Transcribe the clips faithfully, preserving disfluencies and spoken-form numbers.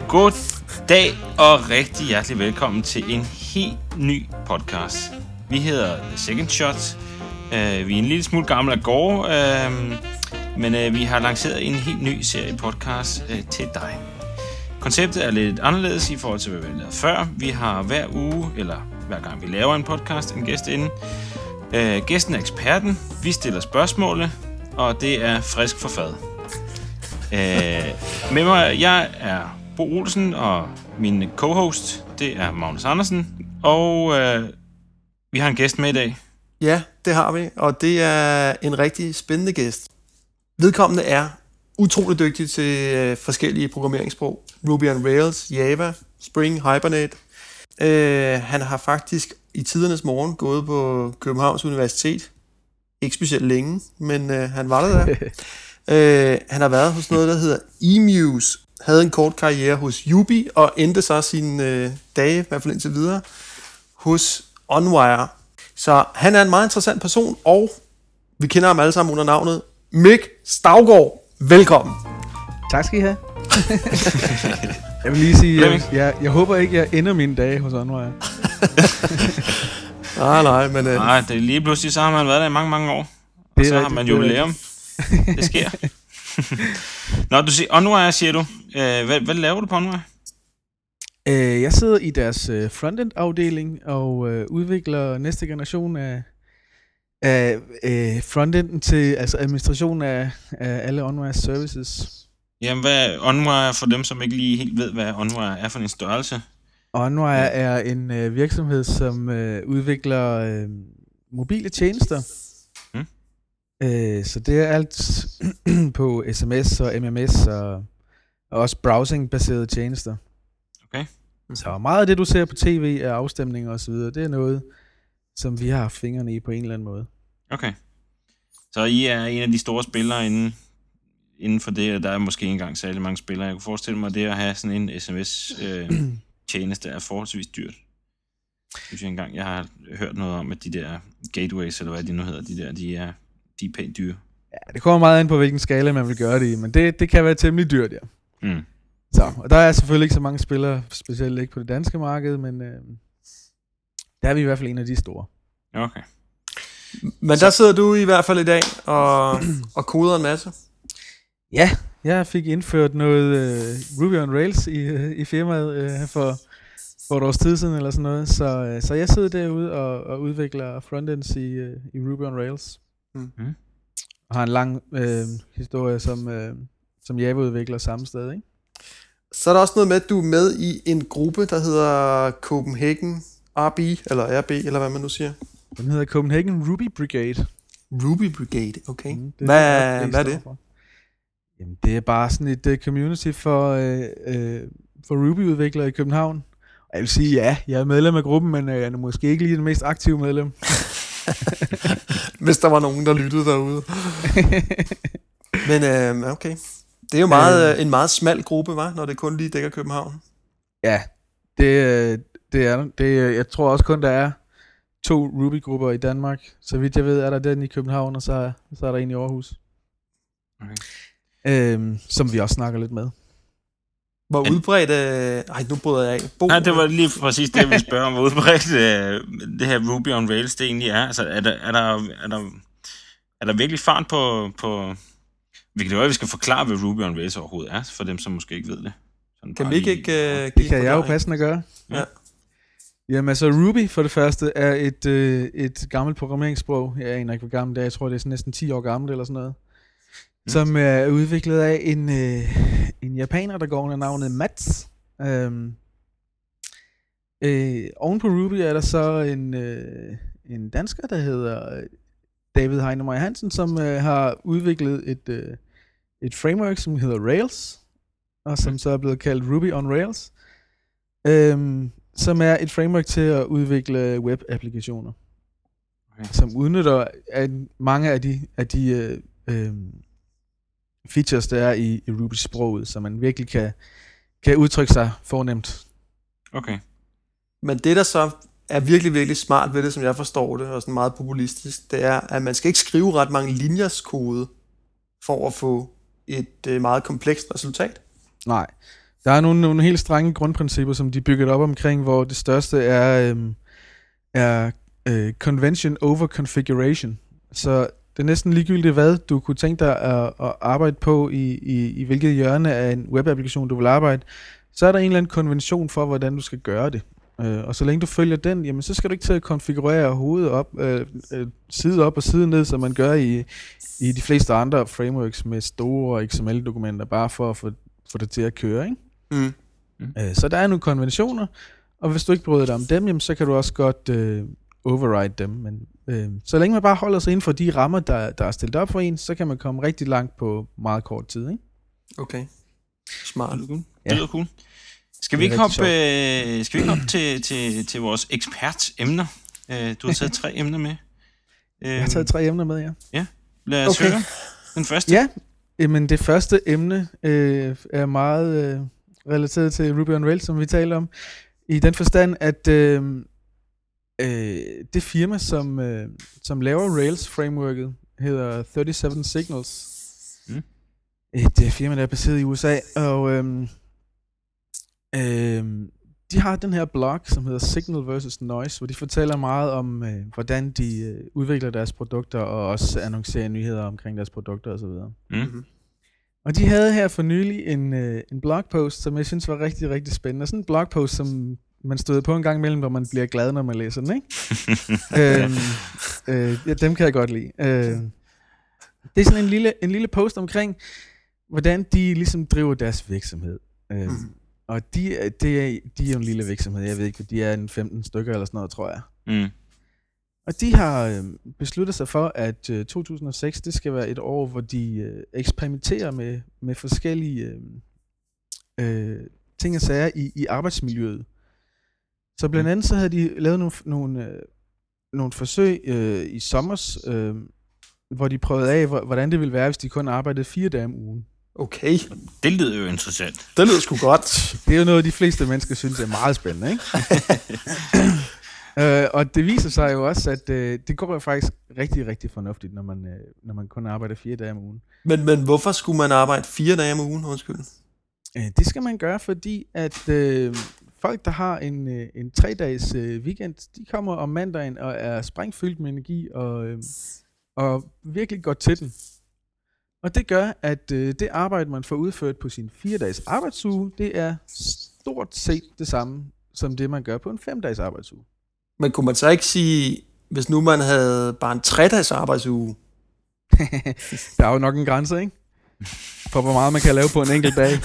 God dag og rigtig hjertelig velkommen til en helt ny podcast. Vi hedder The Second Shot. Uh, vi er en lille smule gammel af gårde, uh, men uh, vi har lanceret en helt ny serie podcast uh, til dig. Konceptet er lidt anderledes i forhold til, hvad vi har lavet før. Vi har hver uge, eller hver gang vi laver en podcast, en gæst inde. Uh, gæsten er eksperten, vi stiller spørgsmål, og det er frisk for fad. Uh, med mig, jeg er Bo Olsen, og min co-host, det er Magnus Andersen, og uh, vi har en gæst med i dag. Ja, det har vi, og det er en rigtig spændende gæst. Vedkommende er utrolig dygtig til øh, forskellige programmeringssprog. Ruby on Rails, Java, Spring, Hibernate. Øh, han har faktisk i tidernes morgen gået på Københavns Universitet. Ikke specielt længe, men øh, han var der der. øh, han har været hos noget, der hedder eMuse. Havde en kort karriere hos Yubi, og endte så sine øh, dage, i hvert fald indtil videre, hos Onwire. Så han er en meget interessant person, og vi kender ham alle sammen under navnet Mik Staugaard. Velkommen. Tak skal I have. Jeg vil lige sige, jeg, jeg, jeg håber ikke, jeg ender mine dage hos Onwire. nej, nej, men... Øh... Nej, det er lige pludselig, så har man været der i mange, mange år. Og så har man jubilæum. Det sker. Nå, du siger Onwire, siger du. Hvad, hvad laver du på Onwire? Jeg sidder i deres frontend-afdeling og udvikler næste generation af, af, af frontenden til altså administration af, af alle Onwire services. Jamen, hvad er Onwire for dem, som ikke lige helt ved, hvad Onwire er for en størrelse? Onwire er en uh, virksomhed, som uh, udvikler uh, mobile tjenester. Hmm. Uh, så det er alt på sms og M M S og, og også browsing-baserede tjenester. Okay. Så meget af det, du ser på tv, er afstemninger og så videre. Det er noget, som vi har haft fingrene i på en eller anden måde. Okay. Så I er en af de store spillere inden, inden for det, og der er måske ikke engang særlig mange spillere. Jeg kunne forestille mig, at det at have sådan en sms-tjeneste øh, er forholdsvis dyrt. Hvis jeg engang, jeg har hørt noget om, at de der gateways, eller hvad de nu hedder, de der, de er, de er pænt dyre. Ja, det kommer meget ind på, hvilken skala man vil gøre det i, men det, det kan være temmelig dyrt, ja. Mm. Så, og der er selvfølgelig ikke så mange spillere, specielt ikke på det danske marked, men øh, der er vi i hvert fald en af de store. Okay. Men der sidder du i hvert fald i dag og, og koder en masse. Ja, jeg fik indført noget øh, Ruby on Rails i, øh, i firmaet øh, for, for et års tid siden eller sådan noget, så, øh, så jeg sidder derude og, og udvikler frontends i, øh, i Ruby on Rails. Mm-hmm. Og har en lang øh, historie som, øh, som Java-udvikler samme sted, ikke? Så er der også noget med, at du er med i en gruppe, der hedder Copenhagen R B, eller R B, eller hvad man nu siger. Den hedder Copenhagen Ruby Brigade. Ruby Brigade, okay. Mm, det hvad, er, det, hvad er det? For. Jamen, det er bare sådan et uh, community for, uh, uh, for Ruby-udviklere i København. Og jeg vil sige, ja, jeg er medlem af gruppen, men uh, jeg er måske ikke lige den mest aktive medlem. Hvis der var nogen, der lyttede derude. Men uh, okay. Det er jo meget, øh, en meget smal gruppe, hva? Når det kun lige dækker København. Ja, det, det er det. Jeg tror også kun, der er to Ruby-grupper i Danmark. Så vidt jeg ved, er der den i København, og så, så er der en i Aarhus. Okay. Øhm, som vi også snakker lidt med. Hvor udbredt... Øh... Ej, nu bryder jeg af. Bo... Nej, det var lige præcis det, jeg ville spørge om. Hvor udbredt øh, det her Ruby on Rails, det egentlig er. Altså, er der, er der, er der, er der virkelig fart på... på Vi kan jo ikke, vi skal forklare, hvad Ruby on Rails overhovedet er, for dem, som måske ikke ved det. Sådan kan vi ikke ikke uh, det kan jeg jo passende gøre. Ja. Jamen altså, Ruby for det første er et, øh, et gammelt programmeringssprog. Jeg aner ikke, hvor gammelt det er. Jeg tror, det er sådan næsten ti år gammelt eller sådan noget. Mm. Som er udviklet af en, øh, en japaner, der går under navnet Mats. Øhm, øh, oven på Ruby er der så en, øh, en dansker, der hedder... David Heinemeier Hansen, som øh, har udviklet et, øh, et framework, som hedder Rails, og som så er blevet kaldt Ruby on Rails, øhm, som er et framework til at udvikle web-applikationer, okay. Som udnytter at mange af de, af de øh, øh, features, der er i, i Ruby-sproget, så man virkelig kan, kan udtrykke sig fornemt. Okay. Men det, der så er virkelig, virkelig smart ved det, som jeg forstår det, og sådan meget populistisk, det er, at man skal ikke skrive ret mange linjers kode for at få et øh, meget komplekst resultat. Nej. Der er nogle, nogle helt strenge grundprincipper, som de bygger op omkring, hvor det største er, øhm, er øh, convention over configuration. Så det er næsten ligegyldigt, hvad du kunne tænke dig at, at arbejde på i, i, i hvilket hjørne af en webapplikation, du vil arbejde. Så er der en eller anden konvention for, hvordan du skal gøre det. Øh, og så længe du følger den, jamen, så skal du ikke til at konfigurere hovedet op, øh, øh, side op og side ned, som man gør i, i de fleste andre frameworks med store X M L-dokumenter, bare for at få, få det til at køre, ikke? Mm. Mm. Øh, så der er nogle konventioner, og hvis du ikke bryder dig om dem, jamen, så kan du også godt øh, override dem. Men øh, så længe man bare holder sig inden for de rammer, der, der er stillet op for en, så kan man komme rigtig langt på meget kort tid, ikke? Okay. Smart. Det lyder cool. Skal vi ikke hoppe, øh, skal vi ikke hoppe til, til, til vores ekspertemner? Øh, du har taget tre emner med. Øh, Jeg har taget tre emner med, ja. Ja, lad os Okay. høre den første. Ja, men det første emne øh, er meget øh, relateret til Ruby on Rails, som vi talte om. I den forstand, at øh, øh, det firma, som, øh, som laver Rails-frameworket, hedder thirty-seven Signals. Mm. Et firma, der er baseret i U S A, og øh, øh, de har den her blog, som hedder Signal versus Noise, hvor de fortæller meget om, øh, hvordan de øh, udvikler deres produkter, og også annoncerer nyheder omkring deres produkter osv. Mm. Og de havde her for nylig en, øh, en blogpost, som jeg synes var rigtig, rigtig spændende. Sådan en blogpost, som man støder på en gang imellem, hvor man bliver glad, når man læser den, ikke? øhm, øh, ja, dem kan jeg godt lide. Øh, det er sådan en lille, en lille post omkring, hvordan de ligesom driver deres virksomhed. Øh, Mm. Og de, det er, de er jo en lille virksomhed. Jeg ved ikke, de er en femten stykker eller sådan noget, tror jeg. Mm. Og de har øh, besluttet sig for, at øh, to tusind og seks, det skal være et år, hvor de øh, eksperimenterer med, med forskellige øh, øh, ting og sager i, i arbejdsmiljøet. Så blandt andet så havde de lavet nogle, nogle, øh, nogle forsøg øh, i sommers, øh, hvor de prøvede af, hvordan det ville være, hvis de kun arbejdede fire dage om ugen. Okay. Det lyder jo interessant. Det lyder sgu godt. Det er jo noget, de fleste mennesker synes er meget spændende, ikke? øh, og det viser sig jo også, at øh, det går jo faktisk rigtig, rigtig fornuftigt, når man, øh, når man kun arbejder fire dage om ugen. Men, men hvorfor skulle man arbejde fire dage om ugen? Undskyld. Øh, det skal man gøre, fordi at øh, folk, der har en, øh, en tre-dages øh, weekend, de kommer om mandagen og er sprængfyldt med energi og, øh, og virkelig godt til den. Og det gør, at øh, det arbejde, man får udført på sin fire-dages arbejdsuge, det er stort set det samme, som det, man gør på en fem-dages arbejdsuge. Men kunne man så ikke sige, hvis nu man havde bare en tre-dages arbejdsuge? Der er jo nok en grænse, ikke? For hvor meget man kan lave på en enkelt dag.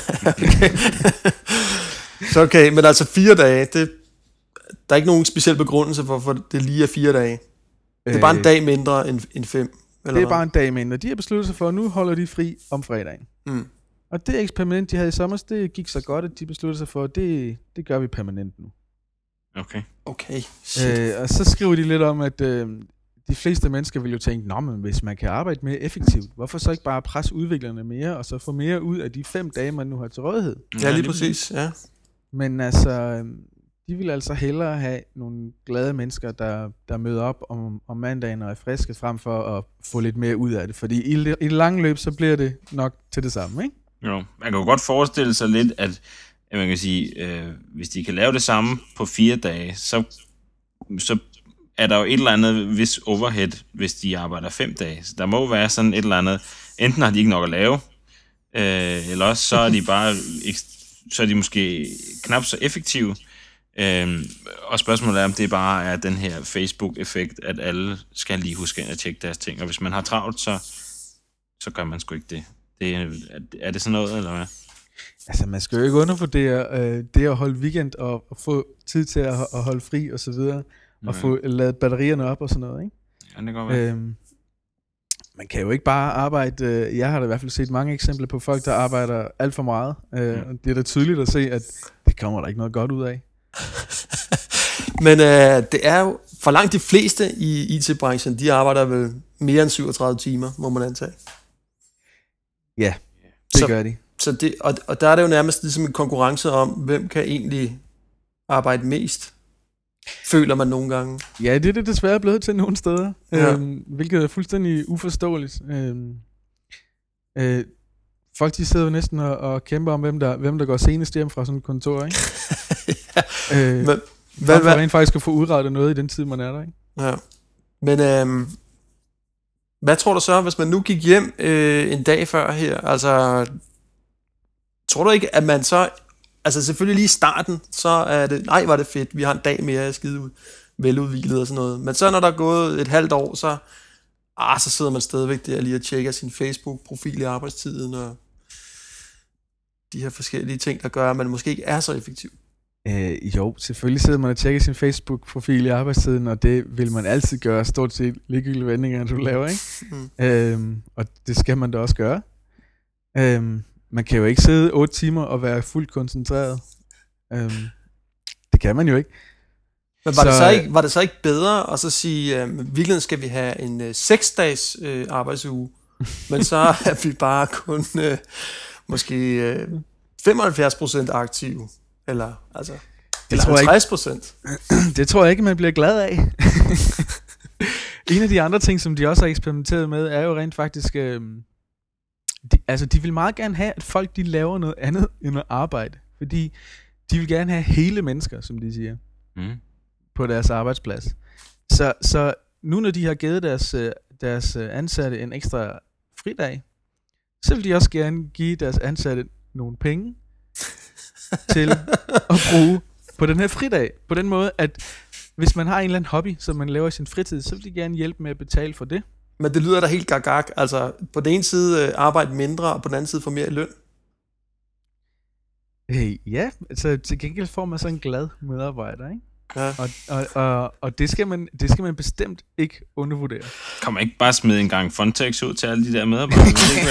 Så okay, men altså fire dage, det, der er ikke nogen speciel begrundelse for, for det lige er fire dage. Det er bare en dag mindre end, end fem. Eller Det er hvad? bare en dag mindre. De har besluttet sig for, at nu holder de fri om fredagen. Mm. Og det eksperiment, de havde i sommer, det gik så godt, at de besluttede sig for, at det, det gør vi permanent nu. Okay. Okay, shit. Øh, og så skriver de lidt om, at øh, de fleste mennesker vil jo tænke, nå, men hvis man kan arbejde mere effektivt, hvorfor så ikke bare presse udviklerne mere, og så få mere ud af de fem dage, man nu har til rådighed? Ja, lige præcis, ja. Men altså, øh, de vil altså hellere have nogle glade mennesker, der, der møder op om, om mandagen og er friske, frem for at få lidt mere ud af det. Fordi i, i det lange løb, så bliver det nok til det samme, ikke? Jo, man kan jo godt forestille sig lidt, at, at man kan sige, øh, hvis de kan lave det samme på fire dage, så, så er der jo et eller andet vis overhead, hvis de arbejder fem dage. Så der må være sådan et eller andet, enten har de ikke nok at lave, øh, eller også så er de bare, så er de måske knap så effektive. Øh, og spørgsmålet er, om det bare er den her Facebook-effekt, at alle skal lige huske at tjekke deres ting. Og hvis man har travlt, så, så gør man sgu ikke det. det er, er det sådan noget, eller hvad? Altså, man skal jo ikke undervurdere øh, det at holde weekend og, og få tid til at, at holde fri og så videre, og Ja. få ladet batterierne op og sådan noget, ikke? Ja, det kan godt være. Øhm, man kan jo ikke bare arbejde, øh, jeg har da i hvert fald set mange eksempler på folk, der arbejder alt for meget, øh, Ja. og det er da tydeligt at se, at det kommer der ikke noget godt ud af. Men øh, det er jo, for langt de fleste i I T-branchen, de arbejder vel mere end syvogtredive timer, må man antage. Ja, det Så- gør de. Så det, og, og der er det jo nærmest ligesom en konkurrence om, hvem kan egentlig arbejde mest, føler man nogle gange. Ja, det er det desværre blevet til nogle steder, Ja. øhm, hvilket er fuldstændig uforståeligt. Øhm, øh, folk de sidder jo næsten og, og kæmper om, hvem der, hvem der går senest hjem fra sådan et kontor, ikke? ja. øh, Men hvad, hvad rent faktisk at få udrettet noget i den tid, man er der, ikke? Ja. Men øhm, hvad tror du så, hvis man nu gik hjem øh, en dag før her? Altså, tror du ikke, at man så... Altså selvfølgelig lige i starten, så er det... Nej, var det fedt, vi har en dag mere skide ud, veludviklet og sådan noget. Men så når der er gået et halvt år, så... Ah, så sidder man stadigvæk der lige og tjekker sin Facebook-profil i arbejdstiden og de her forskellige ting, der gør, at man måske ikke er så effektiv. Øh, jo, selvfølgelig sidder man og tjekker sin Facebook-profil i arbejdstiden, og det vil man altid gøre, stort set ligegyldige vendinger, du laver, ikke? Mm. Øhm, og det skal man da også gøre. Øhm, man kan jo ikke sidde otte timer og være fuldt koncentreret. Øhm, det kan man jo ikke. Men var, så, det så ikke, var det så ikke bedre at så sige, øh, virkelig skal vi have en øh, seks-dages øh, arbejdsuge, men så er vi bare kun øh, måske øh, femoghalvfjerds procent aktive, eller altså det eller tror halvtreds procent. Det tror jeg ikke, man bliver glad af. En af de andre ting, som de også har eksperimenteret med, er jo rent faktisk, øh, de, altså de vil meget gerne have, at folk de laver noget andet end at arbejde, fordi de vil gerne have hele mennesker, som de siger. Mm. På deres arbejdsplads. Så, så nu når de har givet deres, deres ansatte en ekstra fridag, så vil de også gerne give deres ansatte nogle penge til at bruge på den her fridag. På den måde, at hvis man har en eller anden hobby, som man laver i sin fritid, så vil de gerne hjælpe med at betale for det. Men det lyder da helt gag-gag. Altså på den ene side arbejde mindre, og på den anden side få mere i løn. Hey, ja, altså til gengæld får man så en glad medarbejder, ikke? Ja. Og, og, og, og det, skal man, det skal man bestemt ikke undervurdere. Kan man ikke bare smide en gang Fontex ud til alle de der medarbejdere?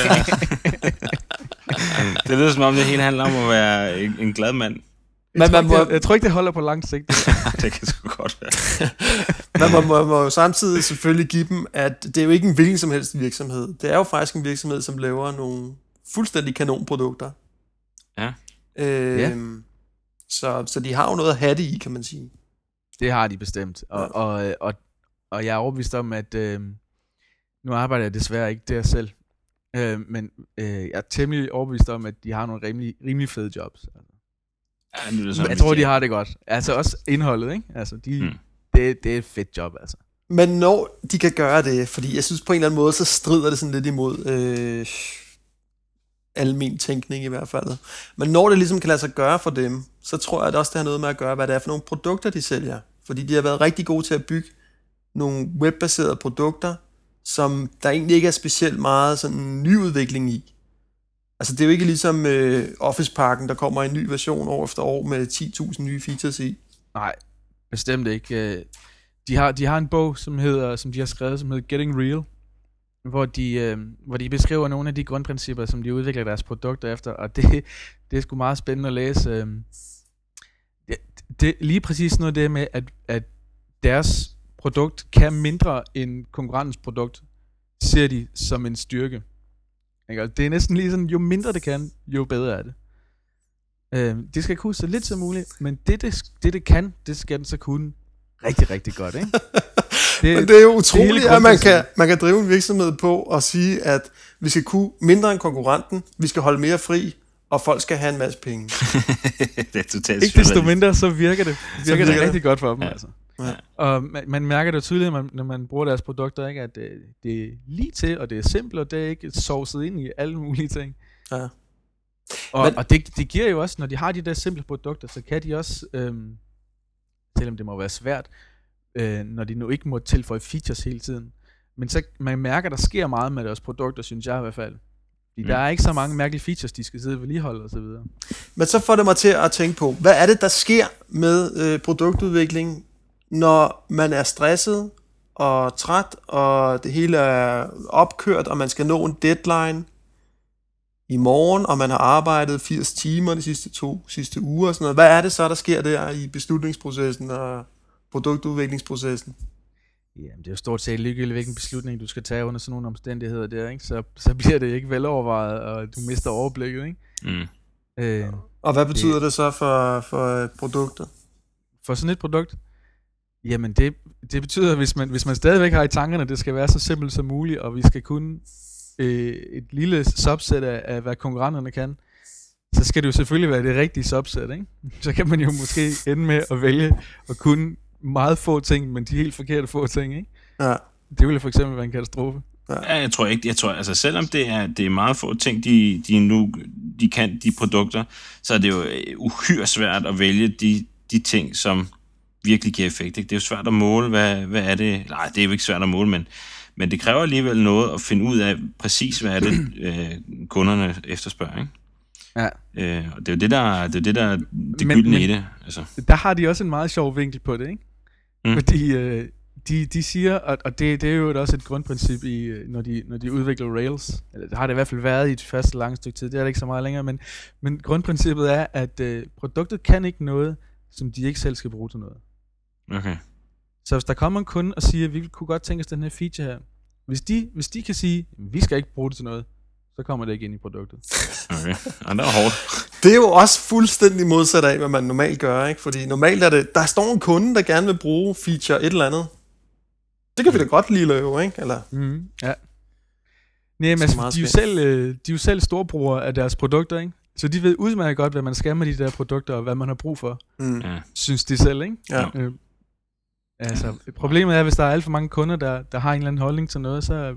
Det lyder som om det hele handler om at være en, en glad mand. Jeg, tror, man må, det, jeg tror ikke det holder på lang sigt. Det kan sgu godt være. Man må, må, må jo samtidig selvfølgelig give dem, at det er jo ikke en hvilken som helst virksomhed. Det er jo faktisk en virksomhed, som laver nogle fuldstændig kanonprodukter. Ja. Øhm, ja. Så, så de har jo noget at have det i, kan man sige. Det har de bestemt, og, ja. og, og, og jeg er overbevist om, at øh, nu arbejder jeg desværre ikke der selv, øh, men øh, jeg er temmelig overbevist om, at de har nogle rimelig, rimelig fede jobs. Ja, det er sådan, jeg tror, de har det godt. Altså også indholdet, ikke? Altså, de, hmm. det, det er et fedt job, altså. Men når de kan gøre det, fordi jeg synes på en eller anden måde, så strider det sådan lidt imod øh, almen tænkning i hvert fald. Men når det ligesom kan lade sig gøre for dem, så tror jeg at også, det har noget med at gøre, hvad det er for nogle produkter, de sælger. Fordi de har været rigtig gode til at bygge nogle webbaserede produkter, som der egentlig ikke er specielt meget sådan nyudvikling i. Altså det er jo ikke ligesom øh, Office-pakken, der kommer en ny version år efter år med ti tusind nye features i. Nej, bestemt ikke. De har, de har en bog, som, hedder, som de har skrevet, som hedder Getting Real, hvor de, øh, hvor de beskriver nogle af de grundprincipper, som de udvikler deres produkter efter, og det, det er sgu meget spændende at læse. Øh, det, det, lige præcis noget det med, at, at deres produkt kan mindre end konkurrentens produkt, ser de som en styrke. Det er næsten lige sådan, jo mindre det kan, jo bedre er det. Øh, det skal kunne så lidt som muligt, men det det, det det kan, det skal den så kunne rigtig, rigtig godt, ikke? Det, men det er jo utroligt, at man kan, man kan drive en virksomhed på og sige, at vi skal kunne mindre end konkurrenten, vi skal holde mere fri, og folk skal have en masse penge. Det er totalt ikke desto mindre, så virker det, virker virker det rigtig det. godt for dem, ja. Altså. Ja. Og man, man mærker det tydeligt, når man, når man bruger deres produkter, ikke? At det, det er lige til, og det er simpelt, og det er ikke sovset ind i alle mulige ting. Ja. Og, Men, og det, det giver jo også, når de har de der simple produkter, så kan de også, øhm, selvom det må være svært, øh, når de nu ikke må tilføje features hele tiden, men så man mærker, der sker meget med deres produkter, synes jeg i hvert fald. Mm. Der er ikke så mange mærkelige features, de skal sidde og vedligeholde og så videre. Men så får det mig til at tænke på, hvad er det, der sker med øh, produktudvikling, når man er stresset og træt, og det hele er opkørt, og man skal nå en deadline i morgen, og man har arbejdet firs timer de sidste to sidste uger og sådan noget. Hvad er det så, der sker der i beslutningsprocessen og produktudviklingsprocessen? Jamen, det er jo stort set ligegyldigt, hvilken beslutning du skal tage under sådan nogle omstændigheder der, ikke? Så, så bliver det ikke velovervejet, og du mister overblikket, ikke? Mm. Øh, og hvad betyder det, det så for, for produkter? For sådan et produkt? Jamen, det, det betyder, hvis man, hvis man stadigvæk har i tankerne, det skal være så simpelt som muligt, og vi skal kunne øh, et lille subset af, af, hvad konkurrenterne kan, så skal det jo selvfølgelig være det rigtige subset, ikke? Så kan man jo måske ende med at vælge at kunne meget få ting, men de helt forkerte få ting, ikke? Ja. Det ville for eksempel være en katastrofe. Ja, jeg tror ikke, jeg tror, altså selvom det er, det er meget få ting, de, de nu de kan, de produkter, så er det jo uhyre svært at vælge de, de ting, som virkelig giver effekt. Ikke? Det er jo svært at måle, hvad, hvad er det? Nej, det er jo ikke svært at måle, men, men det kræver alligevel noget at finde ud af præcis, hvad er det, øh, kunderne efterspørger, ikke? Ja. Øh, og det er jo det, der det er det, der det men, gyldne men, i det. Altså. Der har de også en meget sjov vinkel på det, ikke? Mm. Fordi øh, de, de siger, og, og det, det er jo også et grundprincip, i, når, de, når de udvikler Rails, eller det har det i hvert fald været i et første lange stykke tid, det er det ikke så meget længere, men, men grundprincippet er, at øh, produktet kan ikke noget, som de ikke selv skal bruge til noget. Okay. Så hvis der kommer en kunde og siger, at vi kunne godt tænke os den her feature her, hvis de, hvis de kan sige, at vi skal ikke bruge det til noget, så kommer det ikke ind i produktet. Okay, ja, det er hårdt. Det er jo også fuldstændig modsat af, hvad man normalt gør, ikke? Fordi normalt er det, der står en kunde, der gerne vil bruge feature et eller andet. Det kan vi da godt lige lave, ikke? Eller? Mm, ja. Nej, men altså, de, er jo selv, de er jo selv storbrugere af deres produkter, ikke? Så de ved udmærket godt, hvad man skal med de der produkter, og hvad man har brug for. Mm. Synes de selv, ikke? Ja. Øh, altså, problemet er, hvis der er alt for mange kunder, der, der har en eller anden holdning til noget, så...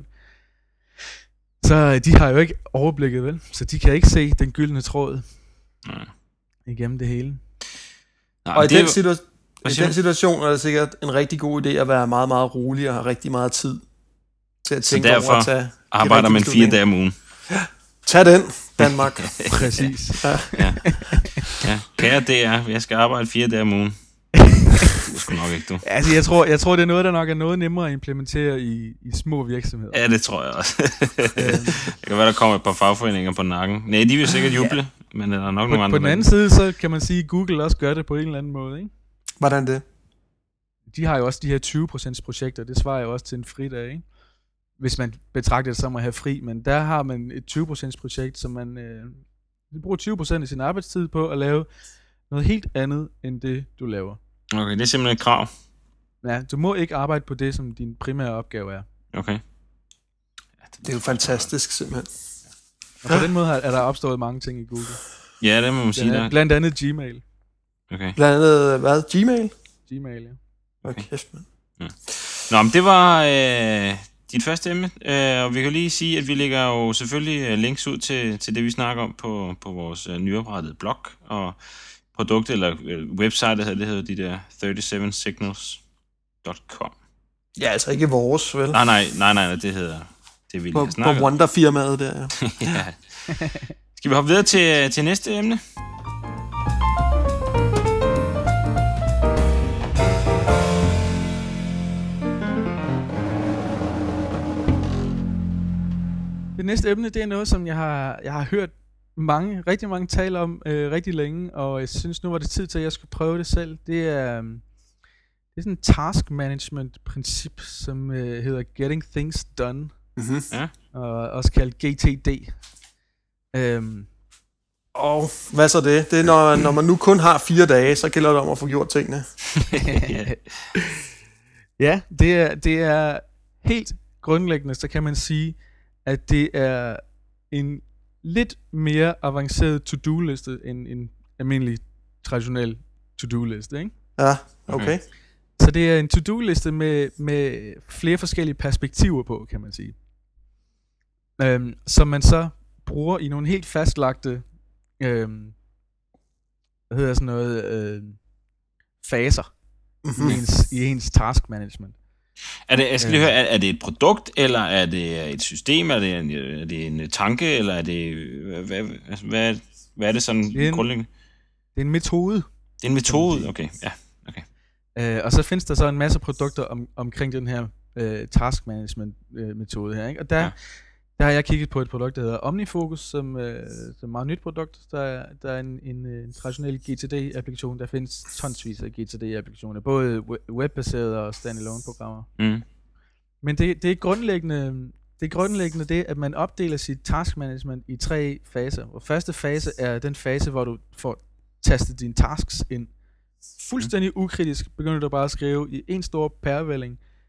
Så de har jo ikke overblikket, vel? Så de kan ikke se den gyldne tråd Nej. igennem det hele. Nej, og i den, situa- i den situation er det sikkert en rigtig god idé at være meget, meget rolig og have rigtig meget tid til at tænke over at tage... arbejder man fire dage om ugen. Tag den, Danmark. Præcis. Ja. Ja. Ja. Kære D R, jeg skal arbejde fire dage om ugen. Det skulle nok ikke, du. Altså, jeg tror, jeg tror, det er noget, der nok er noget nemmere at implementere i, i små virksomheder. Ja, det tror jeg også. Det kan være, der kommer et par fagforeninger på nakken. Nej, de vil sikkert juble, ja. Men der er nok på, nogle andre. På den anden side, så kan man sige, at Google også gør det på en eller anden måde, ikke? Hvordan det? De har jo også de her tyve procent projekter, det svarer jo også til en fridag, ikke? Hvis man betragter det som at have fri, men der har man et tyve procent projekt, som man øh, bruger tyve procent af sin arbejdstid på at lave noget helt andet, end det du laver. Okay, det er simpelthen et krav. Ja, du må ikke arbejde på det, som din primære opgave er. Okay. Ja, det, det er jo fantastisk, simpelthen. Og på den måde er der opstået mange ting i Google. Ja, det må man sige. Der. Blandt andet Gmail. Okay. Blandt andet, hvad? Gmail? Gmail, ja. Okay, kæft, man. Ja. Nå, men det var øh, dit første emne, øh, og vi kan lige sige, at vi lægger jo selvfølgelig links ud til, til det, vi snakker om på, på vores øh, nyoprettede blog, og produkt, eller øh, website, det hedder, det hedder de der syv syv signals punktum com. Ja, altså ikke vores, vel? Nej, nej, nej, nej, det hedder det, vi lige har snakket på Wonder-firmaet der, ja. Ja. Skal vi hoppe videre til, til næste emne? Det næste emne, det er noget, som jeg har, jeg har hørt mange, rigtig mange tale om øh, rigtig længe, og jeg synes nu var det tid til, at jeg skulle prøve det selv. Det er, det er sådan et task management princip, som øh, hedder Getting Things Done, mm-hmm. ja. og også kaldt G T D. Øhm. Og hvad så det? Det er, når, når man nu kun har fire dage, så gælder det om at få gjort tingene. Ja, det er, det er helt grundlæggende, så kan man sige, at det er en lidt mere avanceret to-do-liste end en almindelig traditionel to-do-liste, ikke? Ja, okay. okay. Så det er en to-do-liste med, med flere forskellige perspektiver på, kan man sige. Øhm, som man så bruger i nogle helt fastlagte øhm, hvad hedder sådan noget øh, faser mm-hmm. i, ens, i ens task management. Er det, jeg skal lige høre, er, er det et produkt, eller er det et system, er det en, er det en tanke, eller er det, hvad, hvad, hvad, hvad er det sådan det er en, grundlæggende? Det er en metode. Det er en metode, okay, ja. Okay. Øh, og så findes der så en masse produkter om, omkring den her øh, task management øh, metode her, ikke? Og der, ja. der har jeg kigget på et produkt, der hedder OmniFocus, som, øh, som er et meget nyt produkt. Der, der er en, en, en traditionel G T D-applikation. Der findes tonsvis af G T D-applikationer, både webbaserede og standalone-programmer. Mm. Men det, det, er grundlæggende, det er grundlæggende det, at man opdeler sit task management i tre faser. Og første fase er den fase, hvor du får tastet dine tasks ind. Fuldstændig ukritisk begynder du bare at skrive i en stor pærevælling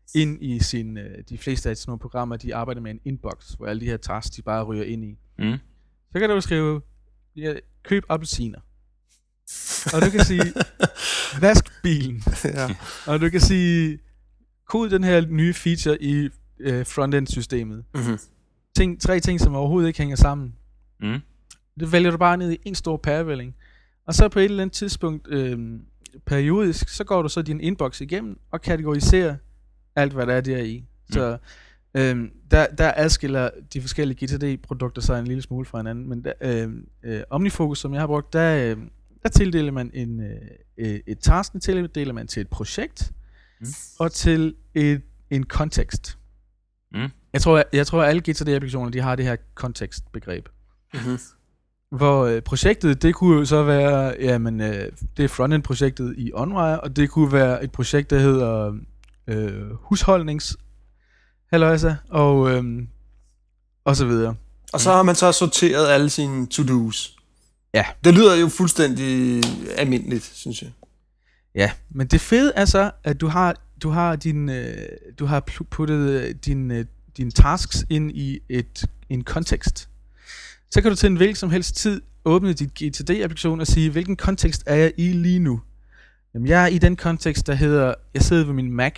ind i sin, øh, de fleste af sådan nogle programmer, de arbejder med en inbox, hvor alle de her tasks, de bare ryger ind i. Mm. Så kan du skrive, ja, køb appelsiner. Og du kan sige, vask bilen. Ja. Og du kan sige, kod den her nye feature i øh, frontend-systemet. Mm-hmm. Ting, tre ting, som overhovedet ikke hænger sammen. Mm. Det vælger du bare ned i en stor pærevælling. Og så på et eller andet tidspunkt, øh, periodisk, så går du så din inbox igennem og kategoriserer alt, hvad der er deri. Mm. Så øh, der, der adskiller de forskellige G T D-produkter sig en lille smule fra hinanden. Men der, øh, øh, OmniFocus, som jeg har brugt, der, øh, der tildeler man en, øh, et task, den tildeler man til et projekt, mm. og til et, en kontekst. Mm. Jeg tror, jeg, jeg tror, at alle G T D-applikationer, de har det her kontekstbegreb. Mm-hmm. Hvor øh, projektet, det kunne jo så være, jamen, øh, det er frontend-projektet i OnWire, og det kunne være et projekt, der hedder øh, husholdnings, halløjsa, og, øh, og så videre. Og så har man så sorteret alle sine to-dos. Ja. Det lyder jo fuldstændig almindeligt, synes jeg. Ja, men det fede er så, at du har, du har, din, øh, du har puttet din, øh, dine tasks ind i et, en kontekst. Så kan du til en hvilken som helst tid åbne dit G T D-applikation og sige, hvilken kontekst er jeg i lige nu? Jamen, jeg er i den kontekst, der hedder, jeg sidder ved min Mac,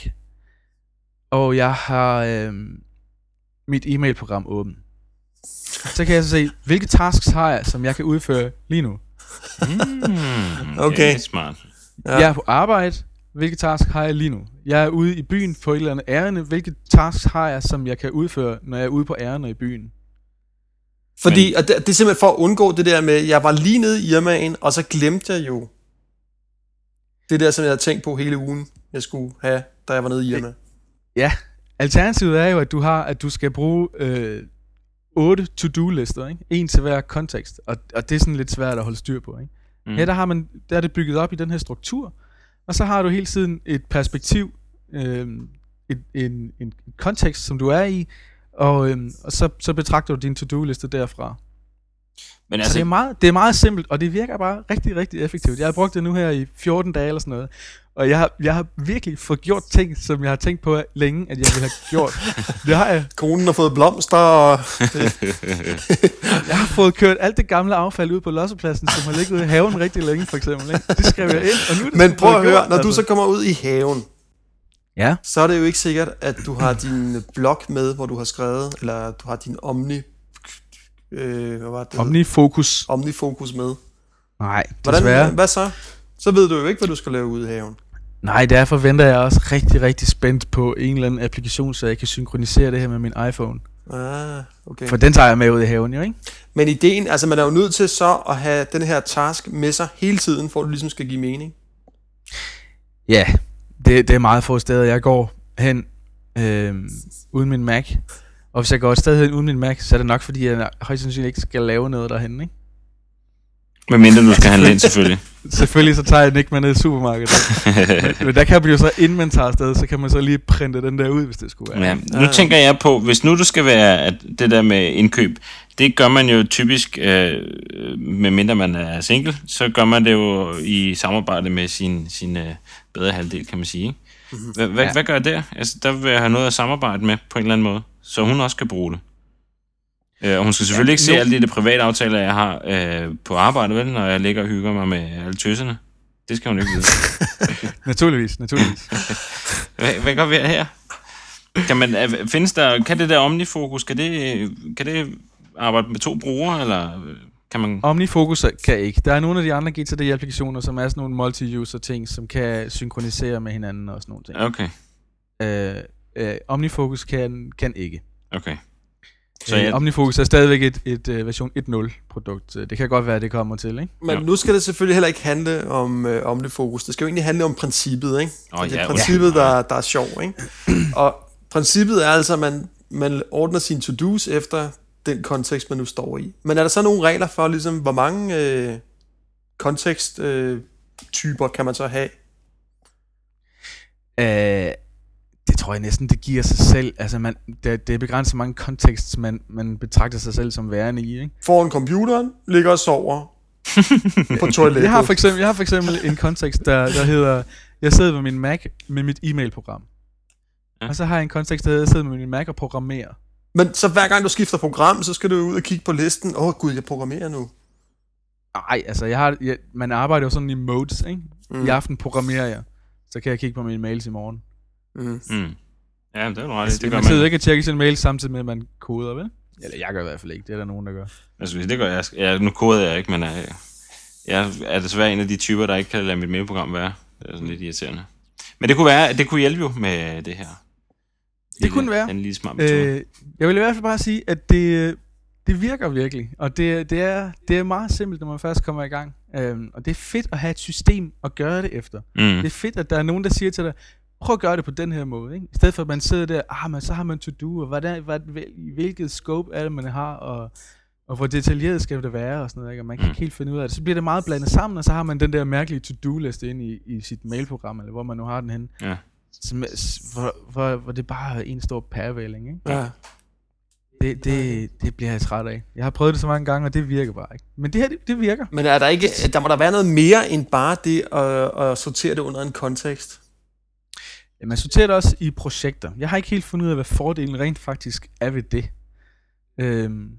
og jeg har øh, mit e-mailprogram åbent. Så kan jeg så se, hvilke tasks har jeg, som jeg kan udføre lige nu? Mm, okay. Det er smart. Ja. Jeg er på arbejde, hvilke tasks har jeg lige nu? Jeg er ude i byen på et eller andet ærende, hvilke tasks har jeg, som jeg kan udføre, når jeg er ude på ærende i byen? Fordi, og det, det er simpelthen for at undgå det der med, jeg var lige nede i Irmaen, og så glemte jeg jo det der, som jeg havde tænkt på hele ugen, jeg skulle have, da jeg var nede i Irma. Ja, alternativet er jo, at du har, at du skal bruge øh, otte to-do-lister, ikke? En til hver kontekst, og, og det er sådan lidt svært at holde styr på, ikke? Mm. Her der har man, der er det bygget op i den her struktur, og så har du hele tiden et perspektiv, øh, et, en, en kontekst, som du er i, og, øhm, og så, så betragter du din to-do-liste derfra. Men altså, så det er, meget, det er meget simpelt, og det virker bare rigtig, rigtig effektivt. Jeg har brugt det nu her i fjorten dage eller sådan noget, og jeg har, jeg har virkelig fået gjort ting, som jeg har tænkt på længe, at jeg ville have gjort. Det har jeg. Konen har fået blomster, og... Jeg har fået kørt alt det gamle affald ud på lossepladsen, som har ligget i haven rigtig længe, for eksempel. Ikke? Det skrev jeg ind, og nu er det... Men prøv at høre, gjort, når altså. du så kommer ud i haven, ja. så er det jo ikke sikkert, at du har din blog med, hvor du har skrevet, eller du har din Omni... Øh, hvad var det? Omnifokus. Omnifokus med. Nej, Hvordan, desværre. hvad så? Så ved du jo ikke, hvad du skal lave ude i haven. Nej, derfor venter jeg også rigtig, rigtig spændt på en eller anden applikation, så jeg kan synkronisere det her med min iPhone. Ah, okay. For den tager jeg med ud i haven, jo, ikke? Men ideen, altså man er jo nødt til så at have den her task med sig hele tiden, for at du ligesom skal give mening. Ja, det, det er meget få steder, jeg går hen øh, uden min Mac. Og hvis jeg går et sted hen uden min Mac, så er det nok, fordi jeg højst sandsynligt ikke skal lave noget derhen, ikke? Med mindre du skal handle ind, selvfølgelig. Selvfølgelig så tager jeg den ikke med ned i supermarkedet. men, men der kan man jo så, inden man tager afsted, så kan man så lige printe den der ud, hvis det skulle være. Ja, nu ja. tænker jeg på, hvis nu du skal være, at det der med indkøb, det gør man jo typisk, øh, med mindre man er single, så gør man det jo i samarbejde med sin, sin øh, bedre halvdel, kan man sige. Mm-hmm. Hvad, hvad, ja. hvad gør jeg der? Altså, der vil jeg have noget at samarbejde med på en eller anden måde, så hun også kan bruge det. Øh, og hun skal selvfølgelig ja, ikke se no. alle de, de private aftaler, jeg har øh, på arbejde, vel, når jeg ligger og hygger mig med alle tøsserne. Det skal hun ikke vide. naturligvis, naturligvis. hvad, hvad gør vi her? Kan, man, findes der, kan det der OmniFocus, kan det, kan det arbejde med to brugere, eller kan man... OmniFocus kan ikke. Der er nogle af de andre G T D-applikationer, som er sådan nogle multi-user ting, som kan synkronisere med hinanden og sådan nogle ting. Okay. Øh, øh, OmniFocus kan, kan ikke. Okay. Så jeg... OmniFocus er stadigvæk et, et, et version et punkt nul produkt. Det kan godt være, at det kommer til, ikke? Men nu skal det selvfølgelig heller ikke handle om uh, OmniFocus. Det skal jo egentlig handle om princippet, ikke? Oh, det er ja, princippet, der, der er sjov, ikke? Og princippet er altså, at man, man ordner sine to-dos efter den kontekst, man nu står i. Men er der så nogle regler for, ligesom, hvor mange øh, konteksttyper øh, kan man så have? Øh... Det tror jeg næsten, det giver sig selv. Altså, man, det, det er begrænset mange kontekster, man, man betragter sig selv som værende i, ikke? Foran computeren, ligger og sover på toilettet. Jeg har for eksempel, jeg har for eksempel en kontekst, der, der hedder, jeg sidder ved min Mac med mit e-mailprogram. Ja. Og så har jeg en kontekst, der hedder, jeg sidder med min Mac og programmerer. Men så hver gang du skifter program, så skal du ud og kigge på listen. Åh oh, gud, jeg programmerer nu. Nej, altså jeg har, jeg, man arbejder jo sådan i modes, ikke? Mm. I aften programmerer jeg, så kan jeg kigge på mine mails i morgen. Mm. Mm. Ja, det er jo ret. Altså, det man gør sidder man. ikke og tjekker sin mail samtidig med, at man koder, vel? Eller jeg gør i hvert fald ikke, det er der nogen, der gør. Altså, det gør jeg. Ja, nu koder jeg ikke, men jeg, jeg er desværre en af de typer, der ikke kan lade mit mailprogram være. Det er sådan lidt irriterende. Men det kunne være, det kunne hjælpe jo med det her. Det lille, kunne være. Den lille smart metode. Øh, jeg vil i hvert fald bare sige, at det, det virker virkelig. Og det, det, er, det er meget simpelt, når man først kommer i gang. Øhm, og det er fedt at have et system at gøre det efter. Mm. Det er fedt, at der er nogen, der siger til dig, prøv at gøre det på den her måde. Ikke? I stedet for, at man sidder der, ah, men så har man to-do, og hvad der, hvad, hvilket scope er det, man har, og, og hvor detaljeret skal det være, og sådan noget. Ikke? Og man kan mm. ikke helt finde ud af det. Så bliver det meget blandet sammen, og så har man den der mærkelige to-do-liste inde i, i sit mailprogram, eller hvor man nu har den henne. Ja. Som, hvor, hvor, hvor det bare er en stor pærevælling, ikke? Ja. Det, det, det bliver jeg træt af. Jeg har prøvet det så mange gange, og det virker bare ikke. Men det her, det, det virker. Men er der ikke, der må der være noget mere end bare det at, at sortere det under en kontekst? Ja, man sorterer det også i projekter. Jeg har ikke helt fundet ud af, hvad fordelen rent faktisk er ved det. Øhm.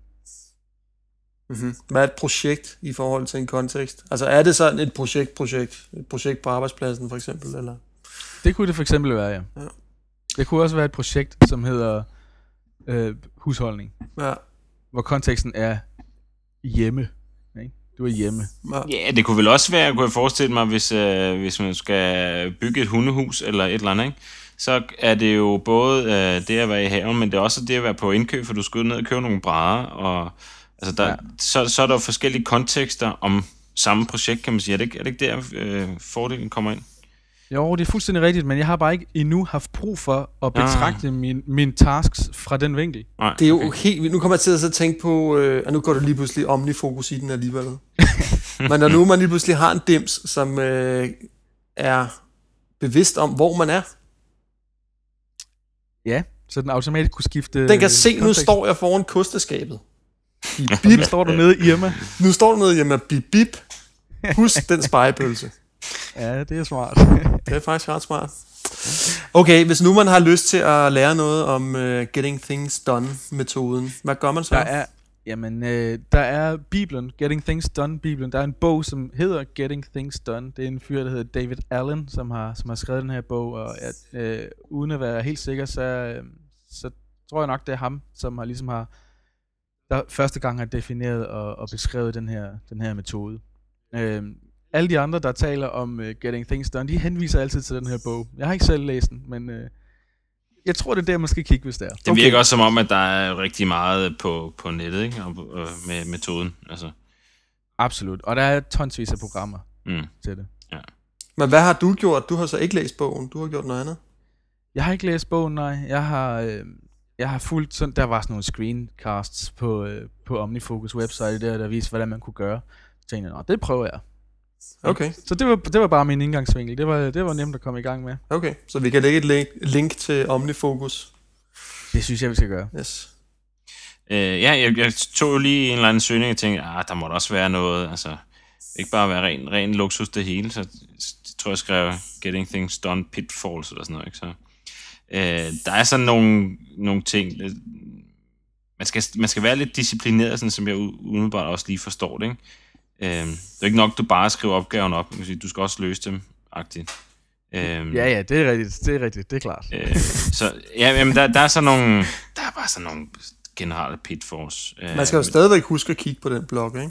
Mm-hmm. Hvad er et projekt i forhold til en kontekst? Altså er det sådan et projekt-projekt? Et projekt på arbejdspladsen for eksempel, eller? Det kunne det for eksempel være, ja. ja. Det kunne også være et projekt, som hedder øh, husholdning. Ja. Hvor konteksten er hjemme. Ikke? Du er hjemme. Ja. ja, det kunne vel også være, kunne jeg forestille mig, hvis, øh, hvis man skal bygge et hundehus eller et eller andet, ikke? Så er det jo både øh, det at være i haven, men det er også det at være på indkøb, for du skal ned og købe nogle brædder, og altså der, ja. så, så er der jo forskellige kontekster om samme projekt, kan man sige. Er det ikke, er det ikke der, øh, fordelen kommer ind? Jo, det er fuldstændig rigtigt, men jeg har bare ikke endnu haft brug for at betragte ah. mine min tasks fra den vinkel. Nej, det er jo okay. helt... Nu kommer jeg til at tænke på... Øh, og nu går du lige pludselig omnifokus i den alligevel. Men når nu man lige pludselig har en dims, som øh, er bevidst om, hvor man er. Ja, så den automatisk kunne skifte... Den kan se, kontekst. Nu står jeg foran kosteskabet. Bip, bip. Nu står du nede i Irma. Nu står du nede i Irma. Bip, bip. Husk den spegepølse. Ja, det er smart. Det er faktisk ret smart. Okay, hvis nu man har lyst til at lære noget om uh, Getting Things Done-metoden, hvad gør man så? Der er, jamen, øh, der er Bibelen, Getting Things Done-Bibelen. Der er en bog, som hedder Getting Things Done. Det er en fyr, der hedder David Allen, som har, som har skrevet den her bog. Og at, øh, uden at være helt sikker, så, øh, så tror jeg nok, det er ham, som har ligesom har der første gang har defineret og, og beskrevet den her, den her metode. Øh, Alle de andre, der taler om uh, Getting Things Done, de henviser altid til den her bog. Jeg har ikke selv læst den, men uh, jeg tror, det er der, man skal kigge, hvis det er. Det virker okay. også som om, at der er rigtig meget på, på nettet, ikke? Og, og med metoden. Altså. Absolut, og der er tonsvis af programmer mm. til det. Ja. Men hvad har du gjort? Du har så ikke læst bogen, du har gjort noget andet. Jeg har ikke læst bogen, nej. Jeg har, øh, jeg har fulgt sådan, der var sådan nogle screencasts på, øh, på OmniFocus website, der, der viste, hvordan man kunne gøre. Så tænkte jeg, nå, det prøver jeg. Okay. Så det var, det var bare min indgangsvinkel. Det var, det var nemt at komme i gang med. Okay, så vi kan lægge et link, link til OmniFocus. Det synes jeg, vi skal gøre. Yes. Øh, ja, jeg, jeg tog jo lige en eller anden søgning og tænkte, ah, der må da også være noget, altså ikke bare være ren, ren luksus det hele, så jeg tror jeg skrev Getting Things Done Pitfalls eller sådan noget, ikke? Så, øh, der er sådan nogle, nogle ting, man skal, man skal være lidt disciplineret, sådan som jeg umiddelbart også lige forstår det, ikke? Øhm, det er ikke nok, du bare skriver opgaven op. Du skal også løse dem, agtigt. Øhm, ja, ja, det er rigtigt. Det er rigtigt, det er klart. Øh, så, ja, jamen, der, der er sådan nogle... Der er bare sådan nogle generelle pitfalls. Øh, Man skal jo stadigvæk huske at kigge på den blog, ikke?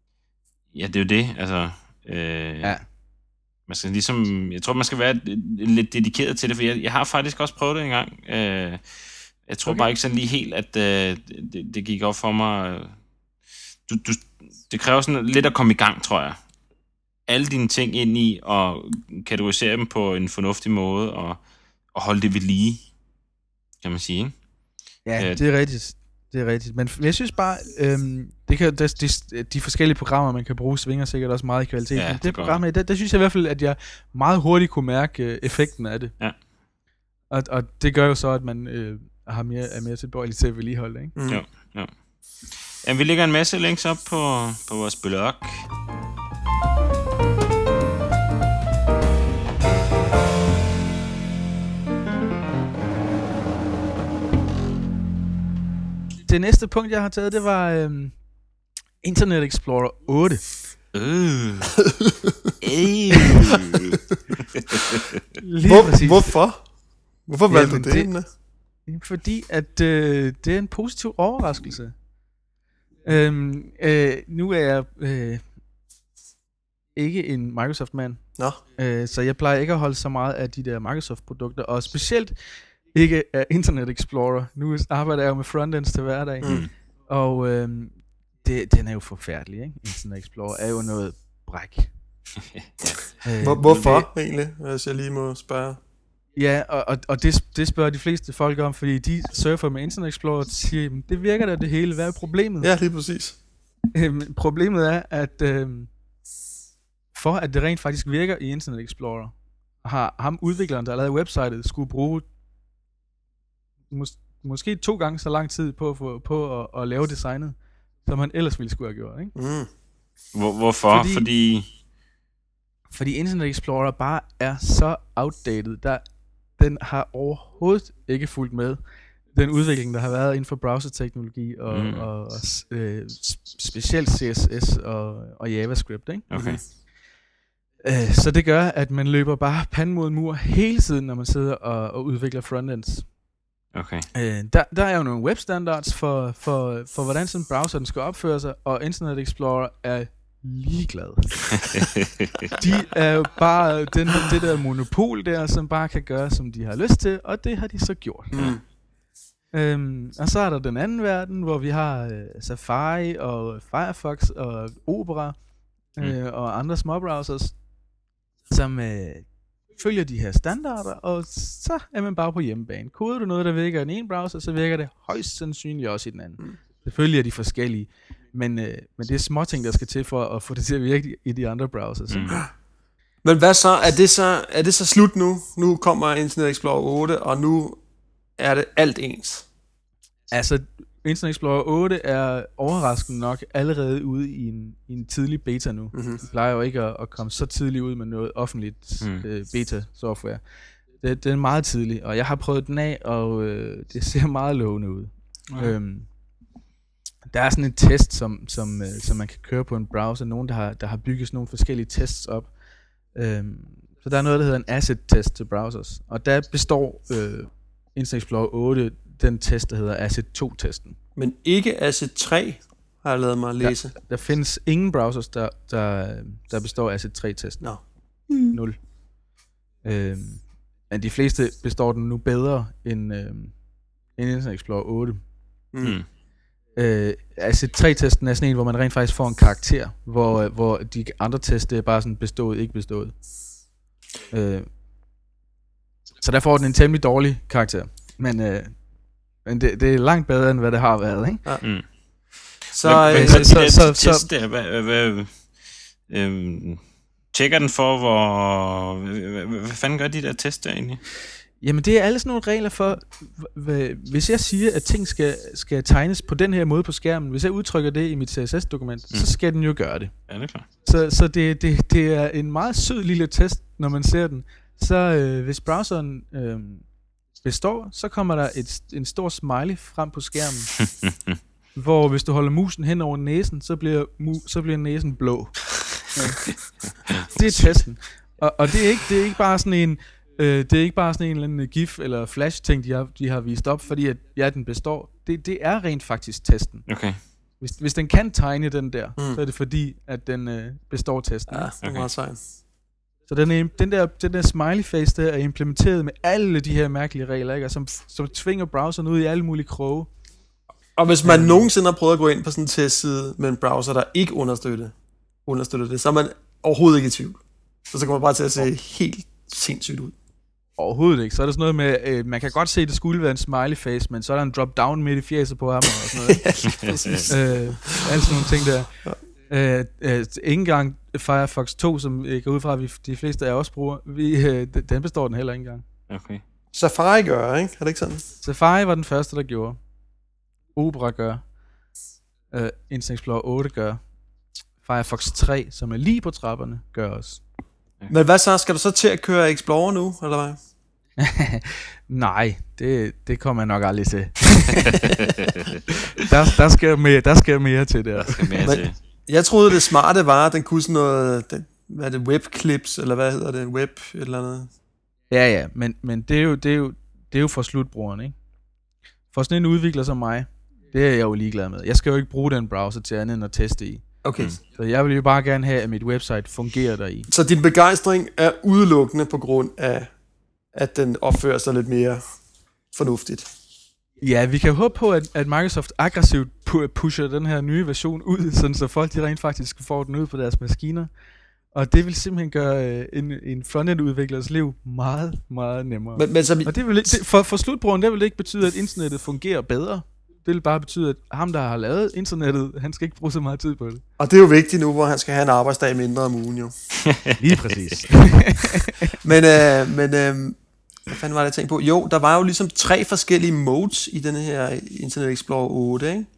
Ja, det er jo det, altså... Øh, ja. Man skal ligesom... Jeg tror, man skal være lidt dedikeret til det, for jeg, jeg har faktisk også prøvet det en gang. Øh, jeg tror okay. bare ikke sådan lige helt, at øh, det, det gik op for mig... Du... du Det kræver sådan lidt at komme i gang, tror jeg. Alle dine ting ind i, og kategorisere dem på en fornuftig måde, og, og holde det ved lige, kan man sige. Ja, Æh, det er rigtigt. Det er rigtigt. Men jeg synes bare, øhm, det kan, det, de, de forskellige programmer, man kan bruge, svinger sikkert også meget i kvalitet. Ja, det, det program, der, der synes jeg i hvert fald, at jeg meget hurtigt kunne mærke øh, effekten af det. Ja. Og, og det gør jo så, at man øh, har mere, er mere tilbøjelig til at vedligeholde, ikke? Mm. Jo, jo. Ja, vi lægger en masse links op på, på vores blog. det næste punkt, jeg har taget, det var øhm, Internet Explorer otte. Øh. Hvor, hvorfor? Hvorfor valgte Jamen, du det? det fordi, at øh, det er en positiv overraskelse. Øhm, øh, nu er jeg øh, ikke en Microsoft-mand, Nå. øh, så jeg plejer ikke at holde så meget af de der Microsoft-produkter, og specielt ikke af Internet Explorer. Nu arbejder jeg jo med frontends til hverdag, mm. og øh, det, den er jo forfærdelig, ikke? Internet Explorer er jo noget bræk. øh, Hvor, hvorfor det, egentlig, hvis jeg lige må spørge? Ja, og, og, og det, det spørger de fleste folk om, fordi de surfer med Internet Explorer og siger, det virker da det hele, hvad er problemet? Ja, lige præcis. Øhm, problemet er, at øhm, for at det rent faktisk virker i Internet Explorer, har ham udvikleren, der har lavet websitet, skulle bruge mås- måske to gange så lang tid på, på, på at, at lave designet, som han ellers ville skulle have gjort. Ikke? Mm. Hvor, hvorfor? Fordi, fordi... fordi Internet Explorer bare er så outdated. Der, den har overhovedet ikke fulgt med den udvikling, der har været inden for browserteknologi og, mm. og, og øh, specielt C S S og, og JavaScript. Ikke? Okay. Øh, så det gør, at man løber bare panden mod mur hele tiden, når man sidder og, og udvikler frontends. Okay. Øh, der, der er jo nogle webstandards for, for, for hvordan sådan en browser den skal opføre sig, og Internet Explorer er ligeglad. De er jo bare den, det der monopol der, som bare kan gøre, som de har lyst til, og det har de så gjort. Mm. Øhm, og så er der den anden verden, hvor vi har øh, Safari og Firefox og Opera øh, mm. og andre småbrowsers, som øh, følger de her standarder, og så er man bare på hjemmebane. Koder du noget, der virker i den ene browser, så virker det højst sandsynligt også i den anden. Mm. Selvfølgelig er de forskellige, men, øh, men det er småting, der skal til for at få det til at virke i de andre browsers. Mm. Men hvad så? Er det så, er det så slut nu? Nu kommer Internet Explorer otte, og nu er det alt ens. Altså, Internet Explorer otte er overraskende nok allerede ude i en, i en tidlig beta nu. Mm-hmm. Det plejer jo ikke at, at komme så tidligt ud med noget offentligt mm. øh, beta-software. Det, det er meget tidligt, og jeg har prøvet den af, og øh, det ser meget lovende ud. Mm. Øhm, der er sådan en test, som, som, øh, som man kan køre på en browser. Nogen, der har, der har bygget sådan nogle forskellige tests op. Øhm, så der er noget, der hedder en asset-test til browsers. Og der består øh, Internet Explorer otte den test, der hedder asset to-testen. Men ikke asset tre, har jeg lavet mig læse. Der, der findes ingen browsers, der, der, der består af asset tre-testen. No. Mm. Nul. Øhm, men de fleste består den nu bedre end, øhm, end Internet Explorer otte. Mm. Øh, asset tre-testen er sådan en, hvor man rent faktisk får en karakter, hvor, hvor de andre tests, det er bare sådan bestået, ikke bestået. Øh, så der får den en temmelig dårlig karakter. Men, øh, men det, det er langt bedre, end hvad det har været, ikke? Ja. Mm. Så, men, øh, så, så, så, så, test der, hvad, hvad, øhm, tjekker den for, hvor... Hvad, hvad, hvad fanden gør de der test der egentlig? Jamen det er alle sådan nogle regler for, hvis jeg siger, at ting skal, skal tegnes på den her måde på skærmen, hvis jeg udtrykker det i mit C S S-dokument, mm. så skal den jo gøre det. Ja, det er klart. Så, så det, det, det er en meget sød lille test, når man ser den. Så øh, hvis browseren øh, består, så kommer der et, en stor smiley frem på skærmen, hvor hvis du holder musen hen over næsen, så bliver, mu- så bliver næsen blå. Ja. Det er testen. Og, og det, er ikke, det er ikke bare sådan en... Øh, det er ikke bare sådan en eller anden gif eller flash ting, de har, de har vist op, fordi at, ja, den består. Det, det er rent faktisk testen. Okay. Hvis, hvis den kan tegne den der, mm. så er det fordi, at den øh, består testen. Ja, det er meget sejt. Så den, er, den, der, den der smiley face der er implementeret med alle de her mærkelige regler, ikke? Og som, som tvinger browseren ud i alle mulige kroge. Og hvis man um, nogensinde har prøvet at gå ind på sådan en testside med en browser, der ikke understøtter, understøtter det, så er man overhovedet ikke i tvivl. Så, så kommer man bare til at se oh. helt sindssygt ud. Overhovedet ikke. Så er der sådan noget med, øh, man kan godt se, at det skulle være en smiley face, men så er der en drop down midt i fjeset på ham og sådan noget. øh, alle sådan nogle ting der. Øh, øh, ikke engang Firefox to, som jeg går ud fra, at vi, de fleste af os bruger, vi, øh, den består den heller ikke engang. Okay. Safari gør, ikke? Er det ikke sådan? Safari var den første, der gjorde. Opera gør. Øh, Internet Explorer otte gør. Firefox tre, som er lige på trapperne, gør også. Men hvad så? Skal du så til at køre Explorer nu, eller hvad? Nej, det, det kommer jeg nok aldrig til. der, der, skal mere, der skal mere til der. Der skal mere Men, til. Jeg troede, det smarte var, at den kunne sådan noget, den, hvad er det, webclips, eller hvad hedder det, web et eller andet. Ja, ja, men, men det, er jo, det, er jo, det er jo for slutbrugeren, ikke? For sådan en udvikler som mig, det er jeg jo ligeglad med. Jeg skal jo ikke bruge den browser til andet end at teste i. Okay. Mm. Så jeg vil jo bare gerne have, at mit website fungerer deri. Så din begejstring er udelukkende på grund af, at den opfører sig lidt mere fornuftigt. Ja, vi kan håbe på, at, at Microsoft aggressivt pu- pusher den her nye version ud, sådan så folk de rent faktisk får den ud på deres maskiner. Og det vil simpelthen gøre øh, en, en frontend-udviklers liv meget, meget nemmere. Men, men så vi... Og det vil, det, for, for slutbrugeren, det vil det ikke betyde, at internettet fungerer bedre. Det vil bare betyde, at ham, der har lavet internettet, han skal ikke bruge så meget tid på det. Og det er jo vigtigt nu, hvor han skal have en arbejdsdag mindre om ugen, jo. Lige præcis. men, øh, men øh, hvad fanden var det, jeg tænkte på? Jo, der var jo ligesom tre forskellige modes i den her Internet Explorer otte, ikke?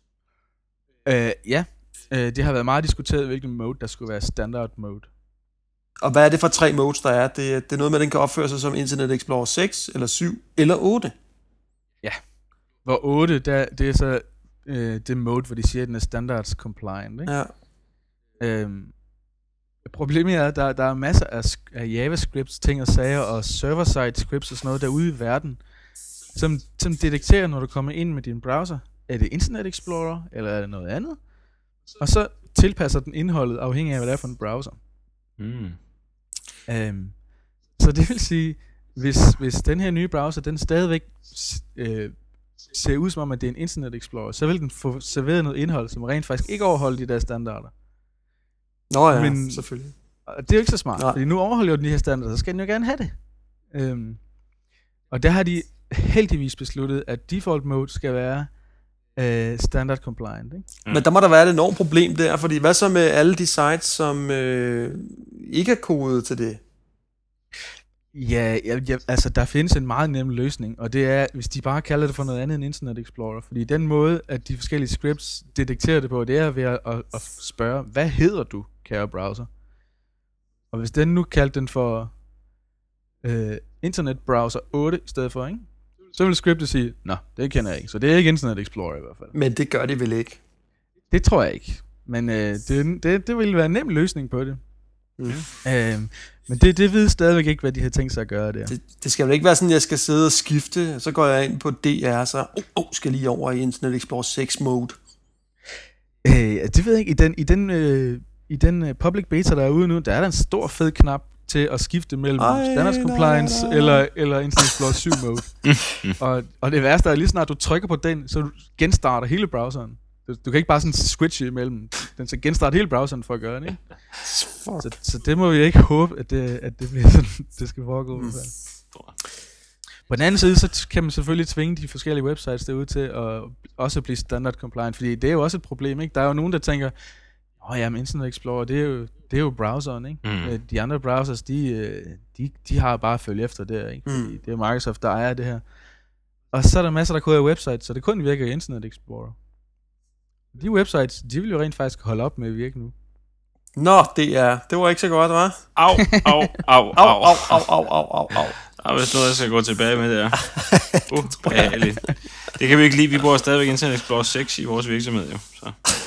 øh, ja, øh, det har været meget diskuteret, hvilken mode, der skulle være standard mode. Og hvad er det for tre modes, der er? Det, det er noget med, at den kan opføre sig som Internet Explorer seks, eller syv, eller otte. Ja. Hvor otte, der, det er så øh, det mode, hvor de siger, at den er standards compliant, ikke? Ja. Øhm, problemet er, at der, der er masser af, af JavaScript, ting og sager, og server-side scripts og sådan noget derude i verden, som, som detekterer, når du kommer ind med din browser. Er det Internet Explorer, eller er det noget andet? Og så tilpasser den indholdet, afhængig af, hvad det er for en browser. Mm. Øhm, så det vil sige, hvis, hvis den her nye browser, den stadigvæk øh, ser ud som om, at det er en Internet Explorer, så vil den få serveret noget indhold, som rent faktisk ikke overholder de der standarder. Nå ja, Men, selvfølgelig. Og det er jo ikke så smart, Nej. fordi nu overholder den de her standarder, så skal den jo gerne have det. Øhm, og der har de heldigvis besluttet, at default mode skal være øh, standard compliant, ikke? Mm. Men der må der være et enormt problem der, fordi hvad så med alle de sites, som øh, ikke er kodet til det? Ja, ja, ja, altså der findes en meget nem løsning, og det er, hvis de bare kalder det for noget andet end Internet Explorer. Fordi den måde, at de forskellige scripts detekterer det på, det er ved at, at, at spørge, hvad hedder du, kære browser? Og hvis den nu kaldte den for øh, Internet Browser otte i stedet for, ikke? Så vil scriptet sige, nå, det kender jeg ikke, så det er ikke Internet Explorer i hvert fald. Men det gør det vel ikke? Det tror jeg ikke, men øh, det, det, det ville være en nem løsning på det. Mm. Øh, men det, det ved stadigvæk ikke, hvad de har tænkt sig at gøre der. Det, det skal vel ikke være sådan, at jeg skal sidde og skifte, så går jeg ind på D R, så oh, oh, skal lige over i Internet Explorer seks mode. Øh, det ved jeg ikke. I den, i den, øh, i den uh, public beta, der er ude nu, der er der en stor fed knap til at skifte mellem Ej, standards compliance nej, nej. eller, eller Internet Explorer syv mode. og, og det værste er, lige snart du trykker på den, så du genstarter hele browseren. Du, du kan ikke bare sådan switche imellem. Den skal genstarte hele browseren for at gøre det, ikke? Så, så det må vi ikke håbe, at det, at det bliver sådan, det skal foregå. Mm. På den anden side, så kan man selvfølgelig tvinge de forskellige websites derude til at også blive standard compliant, fordi det er jo også et problem, ikke? Der er jo nogen, der tænker, åh ja, men Internet Explorer, det er jo, det er jo browseren, ikke? Mm. De andre browsers, de, de, de har bare at følge efter der, ikke? Mm. Det er Microsoft, der ejer det her. Og så er der masser, der koder i websites, så det kun virker i Internet Explorer. De websites, de vil jo rent faktisk holde op med at virke nu. Nå, det er, det var ikke så godt, hva'? Au, au, au, au, au, au, au, au, au, au. Der er vist noget, jeg skal gå tilbage med der. Uh, det, det kan vi ikke lide. Vi bruger stadigvæk Internet Explorer seks i vores virksomhed, jo. Så.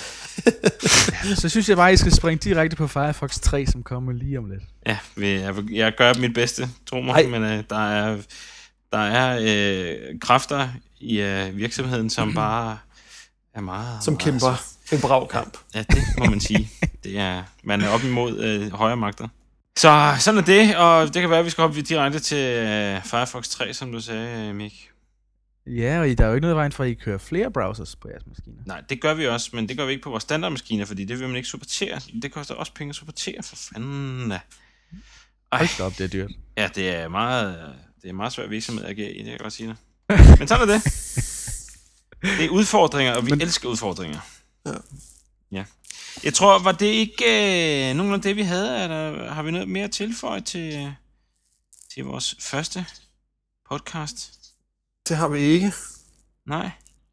Så synes jeg bare, I skal springe direkte på Firefox tre, som kommer lige om lidt. Ja, jeg, jeg gør mit bedste, tro mig, men uh, der er, der er uh, kræfter i uh, virksomheden, som bare er meget... Som meget, kæmper en brav kamp. Ja, det må man sige. Det er, man er op imod uh, højre magter. Så sådan er det, og det kan være, at vi skal hoppe direkte til uh, Firefox tre, som du sagde, Mik. Ja, og der er jo ikke noget vejen for, at I kører flere browsers på jeres maskiner. Nej, det gør vi også, men det gør vi ikke på vores standardmaskiner, fordi det vil man ikke supportere. Det koster også penge at supportere, for fanden. Ej, stop, det er dyrt. Ja, det er meget, det er meget svært virksomhed at agere i, det kan jeg godt sige det. Men sådan er det. Det er udfordringer, og vi men... elsker udfordringer. Ja. Ja. Jeg tror, var det ikke øh, nogen af det, vi havde? Eller har vi noget mere at tilføje til, til vores første podcast? Det har vi ikke. Nej.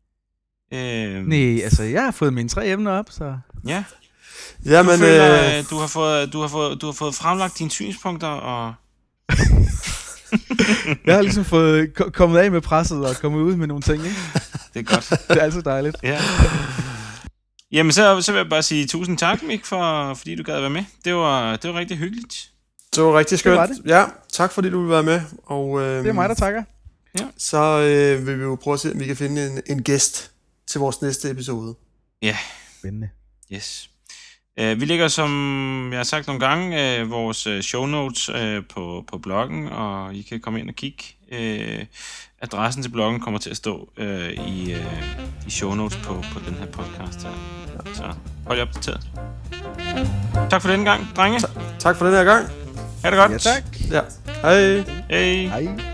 Øhm. Nej, altså jeg har fået mine tre emner op, så... Ja. Ja, du men... Føler, øh... du, har fået, du, har fået, du har fået fremlagt dine synspunkter, og... Jeg har ligesom fået kommet af med presset og kommet ud med nogle ting, ikke? Det er godt. Det er altid dejligt. Ja. Jamen, så, så vil jeg bare sige tusind tak, Mik, for, fordi du gad at være med. Det var, det var rigtig hyggeligt. Det var rigtig skønt. Det var det. Ja, tak fordi du vil være med. Og, øhm, Det er mig, der takker. Ja. Så øh, vil vi jo prøve at se, om vi kan finde en, en gæst til vores næste episode. Ja. Spændende. Yes. Uh, vi lægger, som jeg har sagt nogle gange, uh, vores uh, show notes uh, på, på bloggen, og I kan komme ind og kigge. Uh, adressen til bloggen kommer til at stå uh, i, uh, i show notes på, på den her podcast her. Ja. Så hold jer opdateret. Tak for denne gang, drenge. Ta- tak for den her gang. Ha' det godt. Ja, tak. Ja. Hej. Hej. Hej.